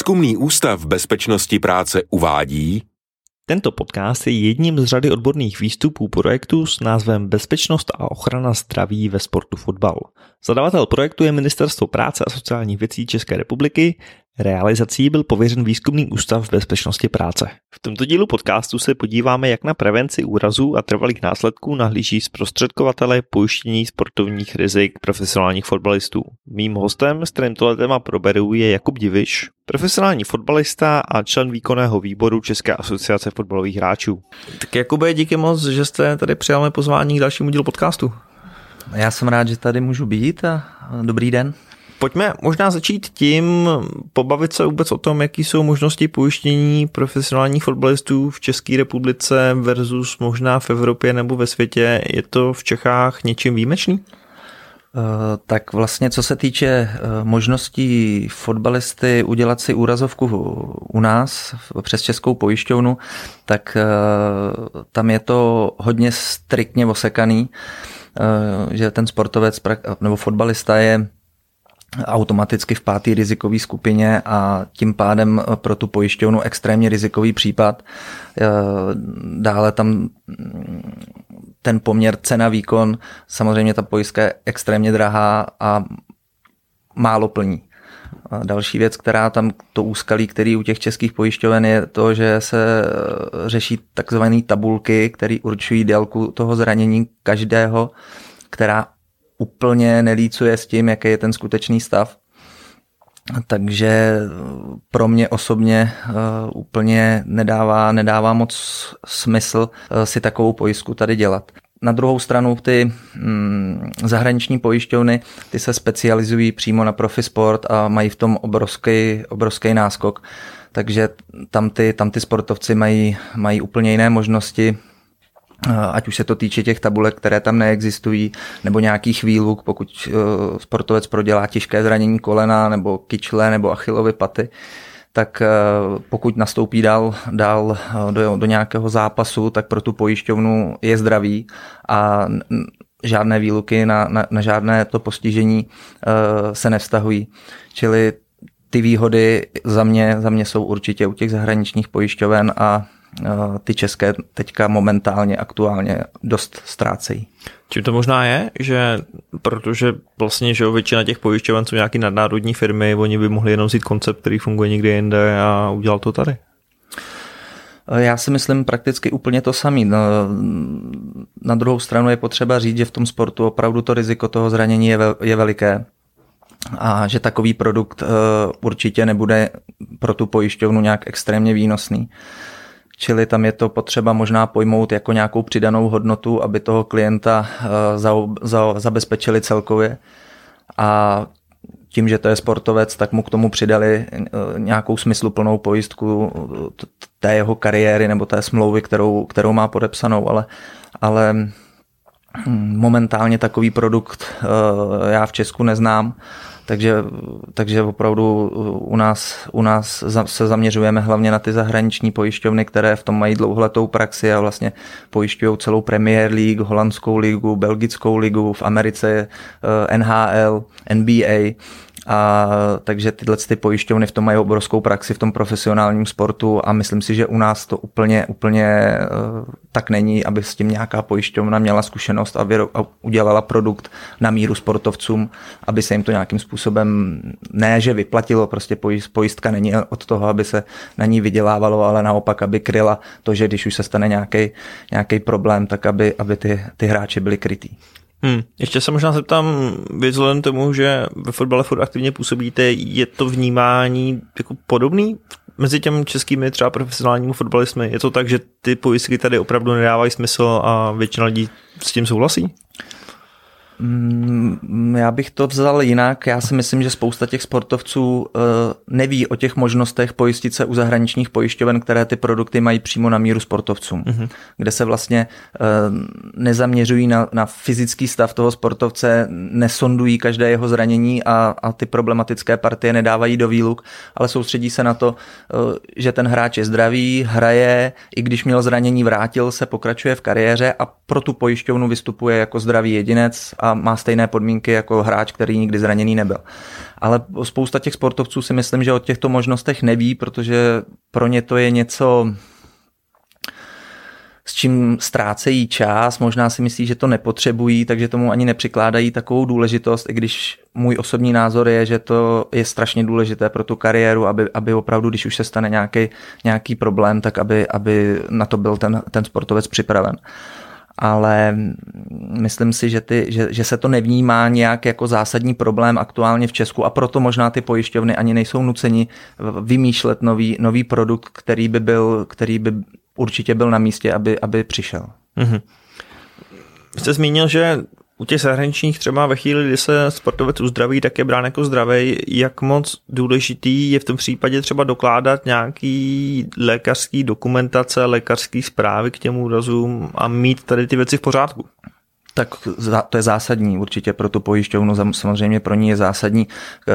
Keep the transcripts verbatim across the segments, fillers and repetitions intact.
Výzkumný ústav bezpečnosti práce uvádí. Tento podcast je jedním z řady odborných výstupů projektu s názvem Bezpečnost a ochrana zdraví ve sportu fotbal. Zadavatel projektu je Ministerstvo práce a sociálních věcí České republiky. Realizací byl pověřen Výzkumný ústav bezpečnosti práce. V tomto dílu podcastu se podíváme, jak na prevenci úrazů a trvalých následků nahlíží zprostředkovatele pojištění sportovních rizik profesionálních fotbalistů. Mým hostem, s kterým tohle téma proberu, je Jakub Diviš, profesionální fotbalista a člen výkonného výboru České asociace fotbalových hráčů. Tak Jakube, díky moc, že jste tady přijal mé pozvání k dalšímu dílu podcastu. Já jsem rád, že tady můžu být a dobrý den. Pojďme možná začít tím, pobavit se vůbec o tom, jaký jsou možnosti pojištění profesionálních fotbalistů v České republice versus možná v Evropě nebo ve světě. Je to v Čechách něčím výjimečný? Tak vlastně co se týče možností fotbalisty udělat si úrazovku u nás přes Českou pojišťovnu, tak tam je to hodně striktně osekaný, že ten sportovec nebo fotbalista je automaticky v páté rizikové skupině a tím pádem pro tu pojišťovnu extrémně rizikový případ. Dále tam ten poměr cena-výkon, samozřejmě ta pojistka je extrémně drahá a málo plní. A další věc, která tam to úskalí, který u těch českých pojišťoven je to, že se řeší takzvané tabulky, které určují délku toho zranění každého, která úplně nelícuje s tím, jaký je ten skutečný stav. Takže pro mě osobně uh, úplně nedává, nedává moc smysl uh, si takovou pojistku tady dělat. Na druhou stranu ty mm, zahraniční pojišťovny, ty se specializují přímo na profi sport a mají v tom obrovský, obrovský náskok. Takže tam ty, tam ty sportovci mají, mají úplně jiné možnosti, ať už se to týče těch tabulek, které tam neexistují, nebo nějakých výluk, pokud sportovec prodělá těžké zranění kolena, nebo kyčle, nebo achillovy paty, tak pokud nastoupí dál, dál do, do nějakého zápasu, tak pro tu pojišťovnu je zdravý a žádné výluky na, na, na žádné to postižení se nevztahují. Čili ty výhody za mě, za mě jsou určitě u těch zahraničních pojišťoven a ty české teďka momentálně, aktuálně dost ztrácejí. Čím to možná je, že protože vlastně že většina těch pojišťoven jsou nějaké nadnárodní firmy, oni by mohli jenom vzít koncept, který funguje někde jinde a udělat to tady? Já si myslím prakticky úplně to samé. Na druhou stranu je potřeba říct, že v tom sportu opravdu to riziko toho zranění je, je veliké a že takový produkt určitě nebude pro tu pojišťovnu nějak extrémně výnosný. Čili tam je to potřeba možná pojmout jako nějakou přidanou hodnotu, aby toho klienta za, za, zabezpečili celkově. A tím, že to je sportovec, tak mu k tomu přidali nějakou smysluplnou pojistku té jeho kariéry nebo té smlouvy, kterou, kterou má podepsanou. Ale, ale momentálně takový produkt já v Česku neznám. Takže, takže opravdu u nás, u nás se zaměřujeme hlavně na ty zahraniční pojišťovny, které v tom mají dlouholetou praxi a vlastně pojišťují celou Premier League, holandskou ligu, belgickou ligu, v Americe N H L, N B A. A takže tyhle ty pojišťovny v tom mají obrovskou praxi v tom profesionálním sportu a myslím si, že u nás to úplně, úplně uh, tak není, aby s tím nějaká pojišťovna měla zkušenost a, věro, a udělala produkt na míru sportovcům, aby se jim to nějakým způsobem ne, že vyplatilo, prostě pojistka není od toho, aby se na ní vydělávalo, ale naopak, aby kryla to, že když už se stane nějaký, nějaký problém, tak aby, aby ty, ty hráči byli krytý. Hmm. Ještě se možná zeptám, vzhledem tomu, že ve fotbale furt aktivně působíte, je to vnímání jako podobný mezi těmi českými třeba profesionálními fotbalistmi? Je to tak, že ty pojistky tady opravdu nedávají smysl a většina lidí s tím souhlasí? Já bych to vzal jinak. Já si myslím, že spousta těch sportovců neví o těch možnostech pojistit se u zahraničních pojišťoven, které ty produkty mají přímo na míru sportovcům, mm-hmm. kde se vlastně nezaměřují na, na fyzický stav toho sportovce, nesondují každé jeho zranění a, a ty problematické partie nedávají do výluk, ale soustředí se na to, že ten hráč je zdravý, hraje, i když měl zranění, vrátil se, pokračuje v kariéře a pro tu pojišťovnu vystupuje jako zdravý jedinec a má stejné podmínky jako hráč, který nikdy zraněný nebyl. Ale spousta těch sportovců si myslím, že o těchto možnostech neví, protože pro ně to je něco, s čím ztrácejí čas, možná si myslí, že to nepotřebují, takže tomu ani nepřikládají takovou důležitost, i když můj osobní názor je, že to je strašně důležité pro tu kariéru, aby, aby opravdu, když už se stane nějaký, nějaký problém, tak aby, aby na to byl ten, ten sportovec připraven. Ale myslím si, že, ty, že, že se to nevnímá nějak jako zásadní problém aktuálně v Česku a proto možná ty pojišťovny ani nejsou nuceni vymýšlet nový, nový produkt, který by byl, který by určitě byl na místě, aby, aby přišel. Mm-hmm. Jste zmínil, že u těch zahraničních třeba ve chvíli, kdy se sportovec uzdraví, tak je brán jako zdravej. Jak moc důležitý je v tom případě třeba dokládat nějaký lékařský dokumentace, lékařský zprávy k těm úrazům a mít tady ty věci v pořádku? Tak to je zásadní určitě pro tu pojišťovnu, samozřejmě pro ní je zásadní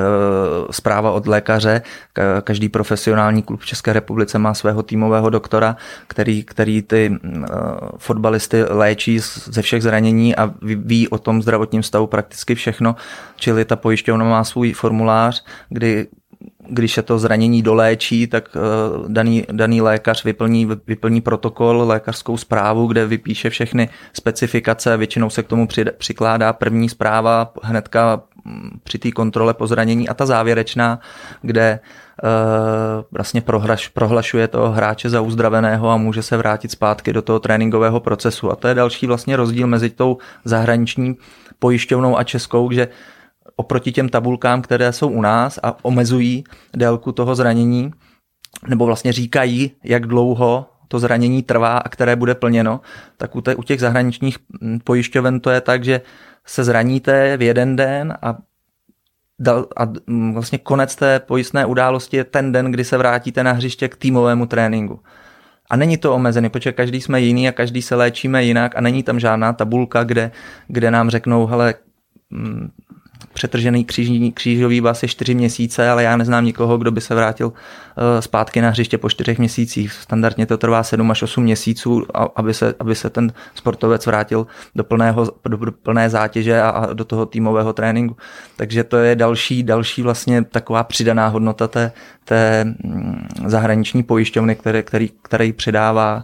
zpráva od lékaře. Každý profesionální klub v České republice má svého týmového doktora, který, který ty fotbalisty léčí ze všech zranění a ví o tom zdravotním stavu prakticky všechno. Čili ta pojišťovna má svůj formulář, kdy když se to zranění doléčí, tak daný, daný lékař vyplní, vyplní protokol, lékařskou zprávu, kde vypíše všechny specifikace, většinou se k tomu přikládá první zpráva hnedka při té kontrole po zranění a ta závěrečná, kde vlastně prohlaš, prohlašuje toho hráče za uzdraveného a může se vrátit zpátky do toho tréninkového procesu. A to je další vlastně rozdíl mezi tou zahraniční pojišťovnou a českou, že oproti těm tabulkám, které jsou u nás a omezují délku toho zranění, nebo vlastně říkají, jak dlouho to zranění trvá a které bude plněno, tak u, te, u těch zahraničních pojišťoven to je tak, že se zraníte v jeden den a, dal, a vlastně konec té pojistné události je ten den, kdy se vrátíte na hřiště k týmovému tréninku. A není to omezený, protože každý jsme jiný a každý se léčíme jinak a není tam žádná tabulka, kde, kde nám řeknou, hele, mm, přetržený křížní, křížový vaz je čtyři měsíce, ale já neznám nikoho, kdo by se vrátil zpátky na hřiště po čtyřech měsících. Standardně to trvá sedm až osm měsíců, aby se, aby se ten sportovec vrátil do, plného, do plné zátěže a, a do toho týmového tréninku. Takže to je další, další vlastně taková přidaná hodnota té, té zahraniční pojišťovny, které, který, který přidává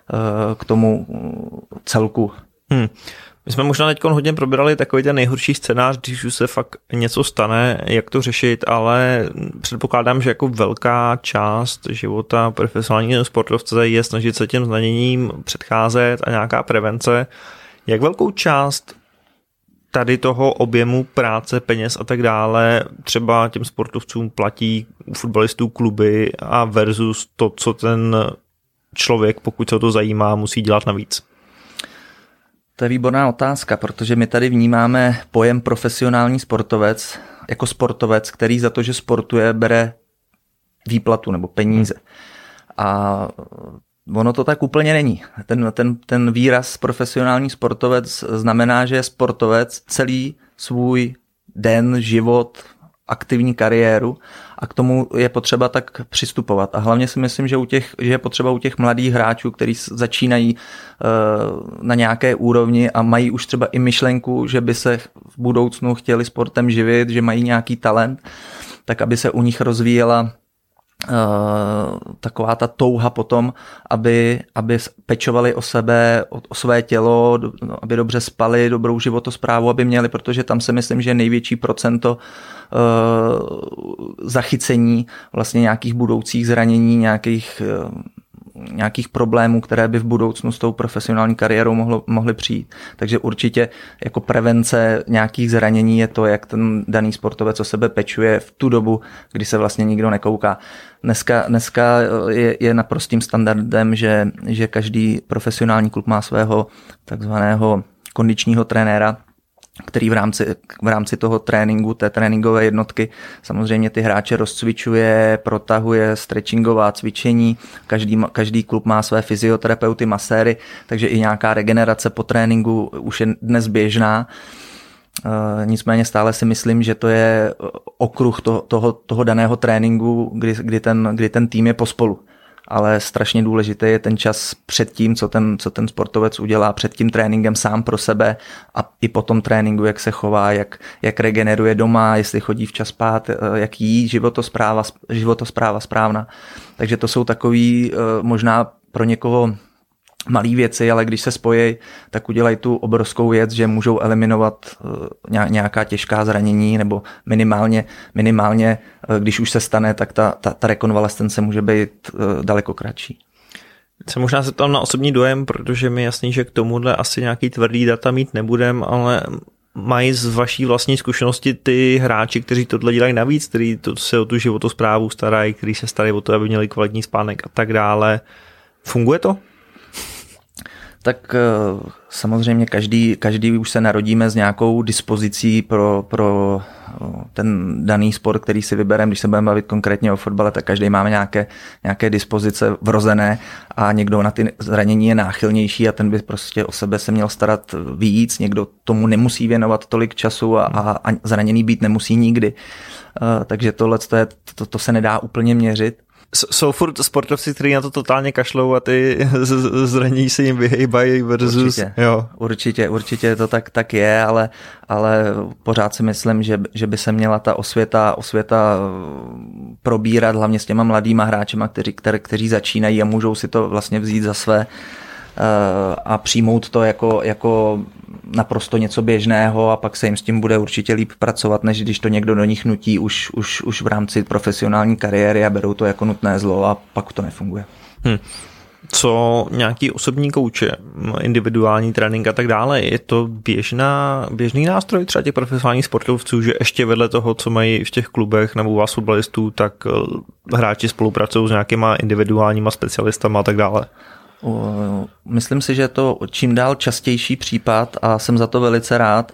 k tomu celku. Hmm. My jsme možná teď hodně probírali takový ten nejhorší scénář, když už se fakt něco stane, jak to řešit, ale předpokládám, že jako velká část života profesionálního sportovce je snažit se těm zraněním předcházet a nějaká prevence. Jak velkou část tady toho objemu práce, peněz a tak dále třeba těm sportovcům platí u fotbalistů kluby a versus to, co ten člověk, pokud se o to zajímá, musí dělat navíc? To je výborná otázka, protože my tady vnímáme pojem profesionální sportovec jako sportovec, který za to, že sportuje, bere výplatu nebo peníze. A ono to tak úplně není. Ten, ten, ten výraz profesionální sportovec znamená, že je sportovec celý svůj den, život, aktivní kariéru a k tomu je potřeba tak přistupovat. A hlavně si myslím, že, u těch, že je potřeba u těch mladých hráčů, kteří začínají uh, na nějaké úrovni a mají už třeba i myšlenku, že by se v budoucnu chtěli sportem živit, že mají nějaký talent, tak aby se u nich rozvíjela Uh, taková ta touha potom, aby, aby pečovali o sebe, o, o své tělo, do, aby dobře spali, dobrou životosprávu, aby měli, protože tam si myslím, že je největší procento uh, zachycení vlastně nějakých budoucích zranění, nějakých, uh, nějakých problémů, které by v budoucnu s tou profesionální kariérou mohlo, mohly přijít. Takže určitě jako prevence nějakých zranění je to, jak ten daný sportovec o sebe pečuje v tu dobu, kdy se vlastně nikdo nekouká. Dneska, dneska je, je naprostým standardem, že, že každý profesionální klub má svého takzvaného kondičního trenéra, který v rámci, v rámci toho tréninku, té tréninkové jednotky samozřejmě ty hráče rozcvičuje, protahuje, stretchingová cvičení, každý, každý klub má své fyzioterapeuty, maséry, takže i nějaká regenerace po tréninku už je dnes běžná. Uh, nicméně stále si myslím, že to je okruh to, toho, toho daného tréninku, kdy, kdy, ten, kdy ten tým je pospolu. ale strašně důležitý je ten čas před tím, co ten, co ten sportovec udělá, před tím tréninkem sám pro sebe a i po tom tréninku, jak se chová, jak, jak regeneruje doma, jestli chodí včas spát, jak jí životospráva, životospráva správná. Takže to jsou takový možná pro někoho malý věci, ale když se spojí, tak udělají tu obrovskou věc, že můžou eliminovat nějaká těžká zranění nebo minimálně, minimálně když už se stane, tak ta, ta, ta rekonvalescence může být daleko kratší. Se možná zeptám na osobní dojem, protože mi jasný, že k tomuhle asi nějaký tvrdý data mít nebudem, ale mají z vaší vlastní zkušenosti ty hráči, kteří tohle dělají navíc, kteří to se o tu životosprávu starají, kteří se starají o to, aby měli kvalitní spánek a tak dále. Funguje to? Tak samozřejmě každý, každý už se narodíme s nějakou dispozicí pro, pro ten daný sport, který si vybereme. Když se budeme bavit konkrétně o fotbale, tak každý máme nějaké, nějaké dispozice vrozené a někdo na ty zranění je náchylnější a ten by prostě o sebe se měl starat víc. Někdo tomu nemusí věnovat tolik času a, a, a zraněný být nemusí nikdy. Takže tohle to, to se nedá úplně měřit. Jsou furt sportovci, kteří na to totálně kašlou a ty zranění se jim vyhejbají versus... Určitě, jo. určitě, určitě to tak, tak je, ale, ale pořád si myslím, že, že by se měla ta osvěta, osvěta probírat hlavně s těma mladýma hráčema, kteří, které, kteří začínají a můžou si to vlastně vzít za své a přijmout to jako, jako naprosto něco běžného a pak se jim s tím bude určitě líp pracovat, než když to někdo do nich nutí už, už, už v rámci profesionální kariéry a berou to jako nutné zlo a pak to nefunguje. Hmm. Co nějaký osobní kouče, individuální trénink a tak dále, je to běžná, běžný nástroj třeba těch profesionálních sportovců, že ještě vedle toho, co mají v těch klubech nebo u vás fotbalistů, tak hráči spolupracují s nějakýma individuálníma specialistama a tak dále? Myslím si, že je to čím dál častější případ a jsem za to velice rád,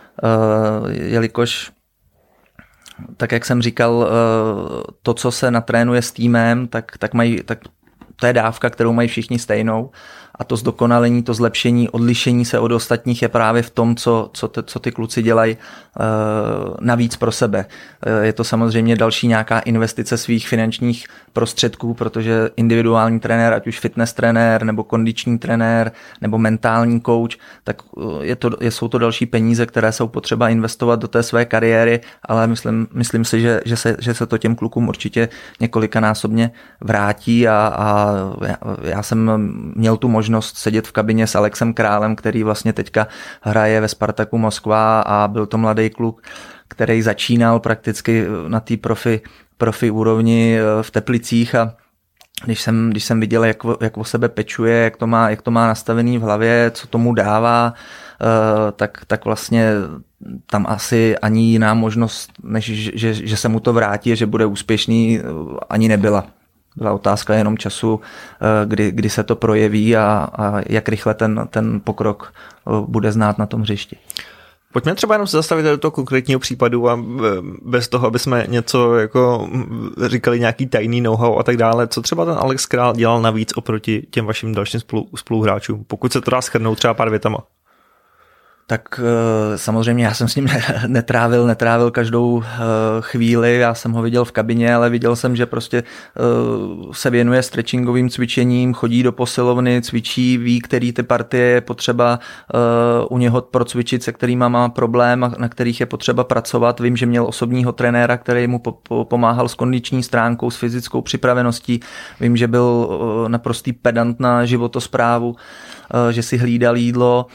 jelikož tak jak jsem říkal, to, co se natrénuje s týmem, tak, tak, mají, tak to je dávka, kterou mají všichni stejnou a to zdokonalení, to zlepšení, odlišení se od ostatních je právě v tom, co, co, ty, co ty kluci dělají uh, navíc pro sebe. Uh, je to samozřejmě další nějaká investice svých finančních prostředků, protože individuální trenér, ať už fitness trenér, nebo kondiční trenér, nebo mentální coach, tak je to, jsou to další peníze, které jsou potřeba investovat do té své kariéry, ale myslím, myslím si, že, že, se, že se to těm klukům určitě několikanásobně vrátí a, a já, já jsem měl tu možnost sedět v kabině s Alexem Králem, který vlastně teďka hraje ve Spartaku Moskva a byl to mladý kluk, který začínal prakticky na té profi, profi úrovni v Teplicích a když jsem, když jsem viděl, jak, jak o sebe pečuje, jak to má, jak to má nastavený v hlavě, co tomu dává, tak, tak vlastně tam asi ani jiná možnost, než že, že se mu to vrátí, že bude úspěšný, ani nebyla. Byla otázka jenom času, kdy, kdy se to projeví a, a jak rychle ten, ten pokrok bude znát na tom hřišti. Pojďme třeba jenom se zastavit do toho konkrétního případu a bez toho, aby jsme něco jako říkali nějaký tajný know-how a tak dále. Co třeba ten Alex Král dělal navíc oproti těm vašim dalším spolu, spoluhráčům? Pokud se to dá shrnout třeba pár větama. Tak samozřejmě já jsem s ním netrávil, netrávil každou chvíli, já jsem ho viděl v kabině, ale viděl jsem, že prostě se věnuje stretchingovým cvičením, chodí do posilovny, cvičí, ví, který ty partie je potřeba u něho procvičit, se kterýma má problém a na kterých je potřeba pracovat. Vím, že měl osobního trenéra, který mu pomáhal s kondiční stránkou, s fyzickou připraveností. Vím, že byl naprostý pedant na životosprávu, že si hlídal jídlo.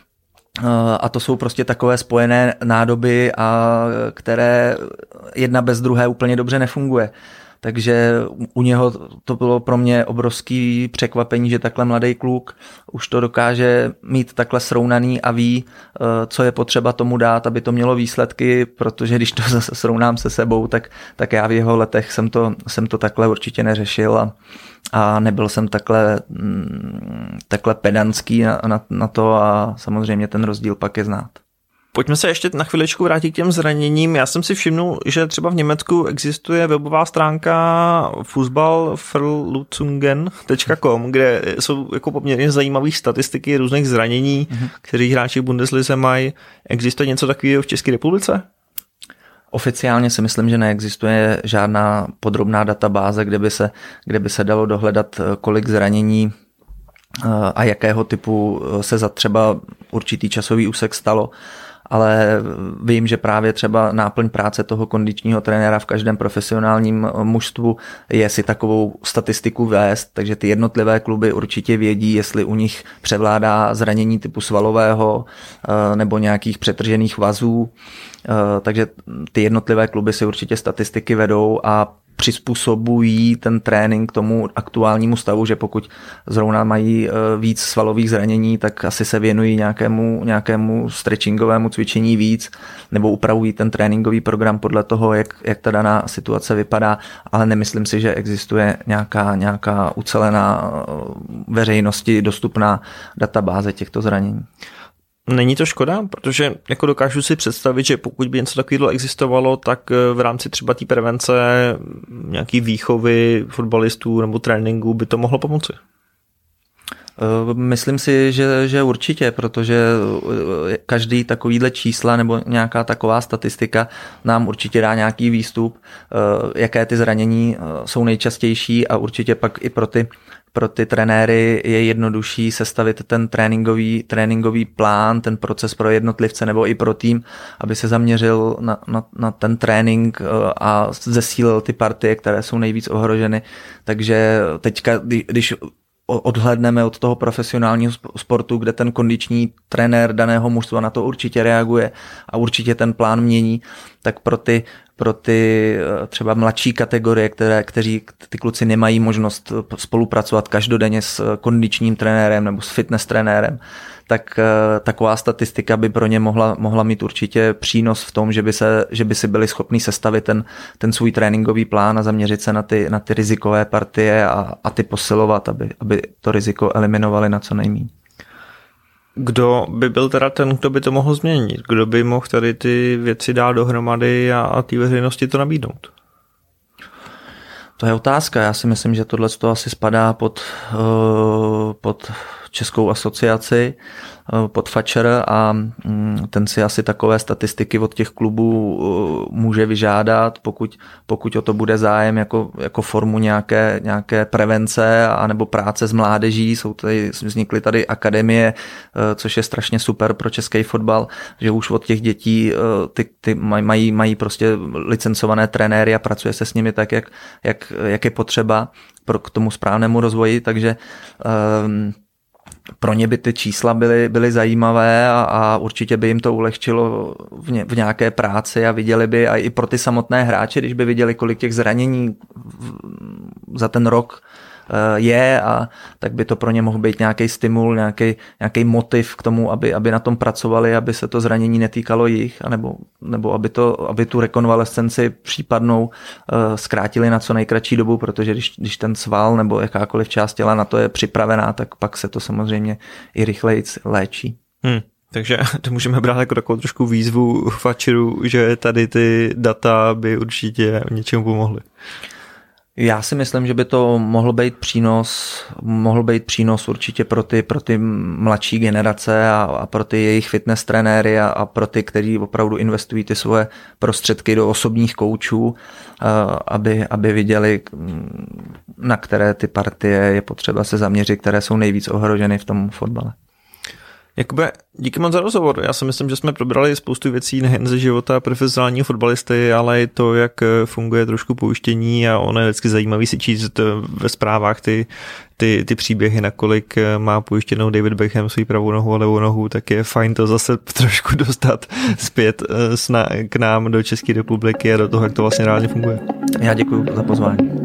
A to jsou prostě takové spojené nádoby, a které jedna bez druhé úplně dobře nefunguje. Takže u něho to bylo pro mě obrovský překvapení, že takhle mladý kluk už to dokáže mít takhle srovnaný a ví, co je potřeba tomu dát, aby to mělo výsledky, protože když to zase srovnám se sebou, tak, tak já v jeho letech jsem to, jsem to takhle určitě neřešil a, a nebyl jsem takhle, takhle pedantský na, na, na to a samozřejmě ten rozdíl pak je znát. Pojďme se ještě na chviličku vrátit k těm zraněním. Já jsem si všimnul, že třeba v Německu existuje webová stránka fußballverletzungen tečka com, kde jsou jako poměrně zajímavé statistiky různých zranění, mm-hmm. kteří hráči v Bundeslize mají. Existuje něco takového v České republice? Oficiálně si myslím, že neexistuje žádná podrobná databáze, kde by se, kde by se dalo dohledat, kolik zranění a jakého typu se za třeba určitý časový úsek stalo. Ale vím, že právě třeba náplň práce toho kondičního trenéra v každém profesionálním mužstvu je si takovou statistiku vést, takže ty jednotlivé kluby určitě vědí, jestli u nich převládá zranění typu svalového nebo nějakých přetržených vazů, takže ty jednotlivé kluby si určitě statistiky vedou a přizpůsobují ten trénink tomu aktuálnímu stavu, že pokud zrovna mají víc svalových zranění, tak asi se věnují nějakému, nějakému stretchingovému cvičení víc, nebo upravují ten tréninkový program podle toho, jak, jak ta daná situace vypadá, ale nemyslím si, že existuje nějaká, nějaká ucelená veřejnosti dostupná databáze těchto zranění. Není to škoda, protože jako dokážu si představit, že pokud by něco takového existovalo, tak v rámci třeba té prevence, nějaký výchovy fotbalistů nebo tréninku by to mohlo pomoci. Myslím si, že, že určitě, protože každý takovýhle čísla nebo nějaká taková statistika nám určitě dá nějaký výstup, jaké ty zranění jsou nejčastější a určitě pak i pro ty Pro ty trenéry je jednodušší sestavit ten tréninkový, tréninkový plán, ten proces pro jednotlivce nebo i pro tým, aby se zaměřil na, na, na ten trénink a zesílil ty partie, které jsou nejvíc ohroženy. Takže teďka, když odhlédneme od toho profesionálního sportu, kde ten kondiční trenér daného mužstva na to určitě reaguje a určitě ten plán mění, tak pro ty pro ty třeba mladší kategorie, které, kteří ty kluci nemají možnost spolupracovat každodenně s kondičním trenérem nebo s fitness trenérem, tak taková statistika by pro ně mohla, mohla mít určitě přínos v tom, že by, se, že by si byli schopni sestavit ten, ten svůj tréninkový plán a zaměřit se na ty, na ty rizikové partie a, a ty posilovat, aby, aby to riziko eliminovali na co nejméně. Kdo by byl teda ten, kdo by to mohl změnit? Kdo by mohl tady ty věci dát dohromady a, a té veřejnosti to nabídnout? To je otázka. Já si myslím, že tohle to asi spadá pod, uh, pod Českou asociaci, uh, pod F A C R a um, ten si asi takové statistiky od těch klubů uh, může vyžádat, pokud, pokud o to bude zájem jako, jako formu nějaké, nějaké prevence anebo práce s mládeží. Jsou tady, vznikly tady akademie, uh, což je strašně super pro český fotbal, že už od těch dětí uh, ty, ty mají, mají prostě licencované trenéry a pracuje se s nimi tak, jak, jak, jak je potřeba pro k tomu správnému rozvoji, takže um, pro ně by ty čísla byly, byly zajímavé a, a určitě by jim to ulehčilo v, ně, v nějaké práci a viděli by a i pro ty samotné hráče, když by viděli, kolik těch zranění v, za ten rok je, a tak by to pro ně mohl být nějaký stimul, nějaký, nějaký motiv k tomu, aby, aby na tom pracovali, aby se to zranění netýkalo jich, anebo, nebo aby, to, aby tu rekonvalescenci případnou uh, zkrátili na co nejkratší dobu, protože když, když ten sval nebo jakákoliv část těla na to je připravená, tak pak se to samozřejmě i rychleji léčí. Hmm. Takže to můžeme brát jako takovou trošku výzvu F A C R U, že tady ty data by určitě něčemu pomohly. Já si myslím, že by to mohl být přínos, mohl být přínos určitě pro ty, pro ty mladší generace a, a pro ty jejich fitness trenéry a, a pro ty, kteří opravdu investují ty svoje prostředky do osobních koučů, aby, aby viděli, na které ty partie je potřeba se zaměřit, které jsou nejvíc ohroženy v tom fotbale. Jakube, díky moc za rozhovor. Já si myslím, že jsme probrali spoustu věcí nejen ze života profesionálního fotbalisty, ale i to, jak funguje trošku pojištění, a ono je vždycky zajímavý si číst ve zprávách ty, ty, ty příběhy, nakolik má pojištěnou David Beckham svou pravou nohu a levou nohu, tak je fajn to zase trošku dostat zpět k nám do České republiky a do toho, jak to vlastně reálně funguje. Já děkuji za pozvání.